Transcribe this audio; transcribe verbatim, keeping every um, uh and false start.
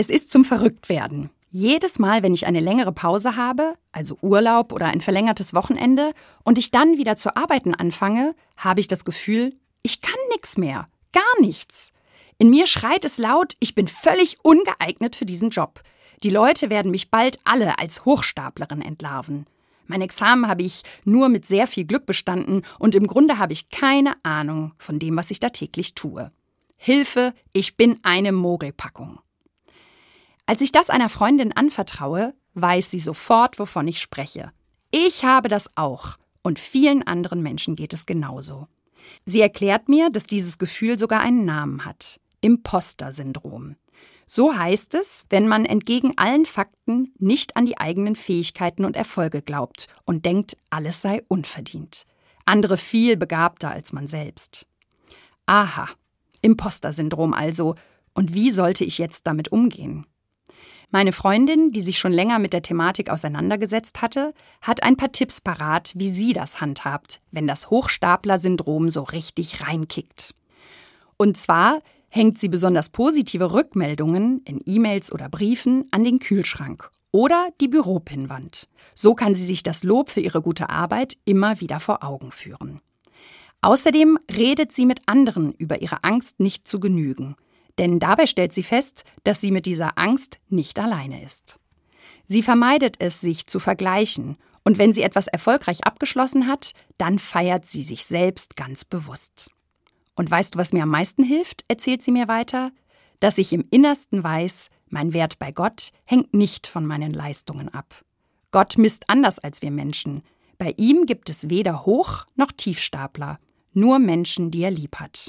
Es ist zum Verrücktwerden. Jedes Mal, wenn ich eine längere Pause habe, also Urlaub oder ein verlängertes Wochenende, und ich dann wieder zu arbeiten anfange, habe ich das Gefühl, ich kann nichts mehr, gar nichts. In mir schreit es laut, ich bin völlig ungeeignet für diesen Job. Die Leute werden mich bald alle als Hochstaplerin entlarven. Mein Examen habe ich nur mit sehr viel Glück bestanden und im Grunde habe ich keine Ahnung von dem, was ich da täglich tue. Hilfe, ich bin eine Mogelpackung. Als ich das einer Freundin anvertraue, weiß sie sofort, wovon ich spreche. Ich habe das auch und vielen anderen Menschen geht es genauso. Sie erklärt mir, dass dieses Gefühl sogar einen Namen hat: Imposter-Syndrom. So heißt es, wenn man entgegen allen Fakten nicht an die eigenen Fähigkeiten und Erfolge glaubt und denkt, alles sei unverdient. Andere viel begabter als man selbst. Aha, Imposter-Syndrom also. Und wie sollte ich jetzt damit umgehen? Meine Freundin, die sich schon länger mit der Thematik auseinandergesetzt hatte, hat ein paar Tipps parat, wie sie das handhabt, wenn das Hochstapler-Syndrom so richtig reinkickt. Und zwar hängt sie besonders positive Rückmeldungen in E-Mails oder Briefen an den Kühlschrank oder die Büropinnwand. So kann sie sich das Lob für ihre gute Arbeit immer wieder vor Augen führen. Außerdem redet sie mit anderen über ihre Angst, nicht zu genügen. Denn dabei stellt sie fest, dass sie mit dieser Angst nicht alleine ist. Sie vermeidet es, sich zu vergleichen. Und wenn sie etwas erfolgreich abgeschlossen hat, dann feiert sie sich selbst ganz bewusst. Und weißt du, was mir am meisten hilft, erzählt sie mir weiter? Dass ich im Innersten weiß, mein Wert bei Gott hängt nicht von meinen Leistungen ab. Gott misst anders als wir Menschen. Bei ihm gibt es weder Hoch- noch Tiefstapler, nur Menschen, die er lieb hat.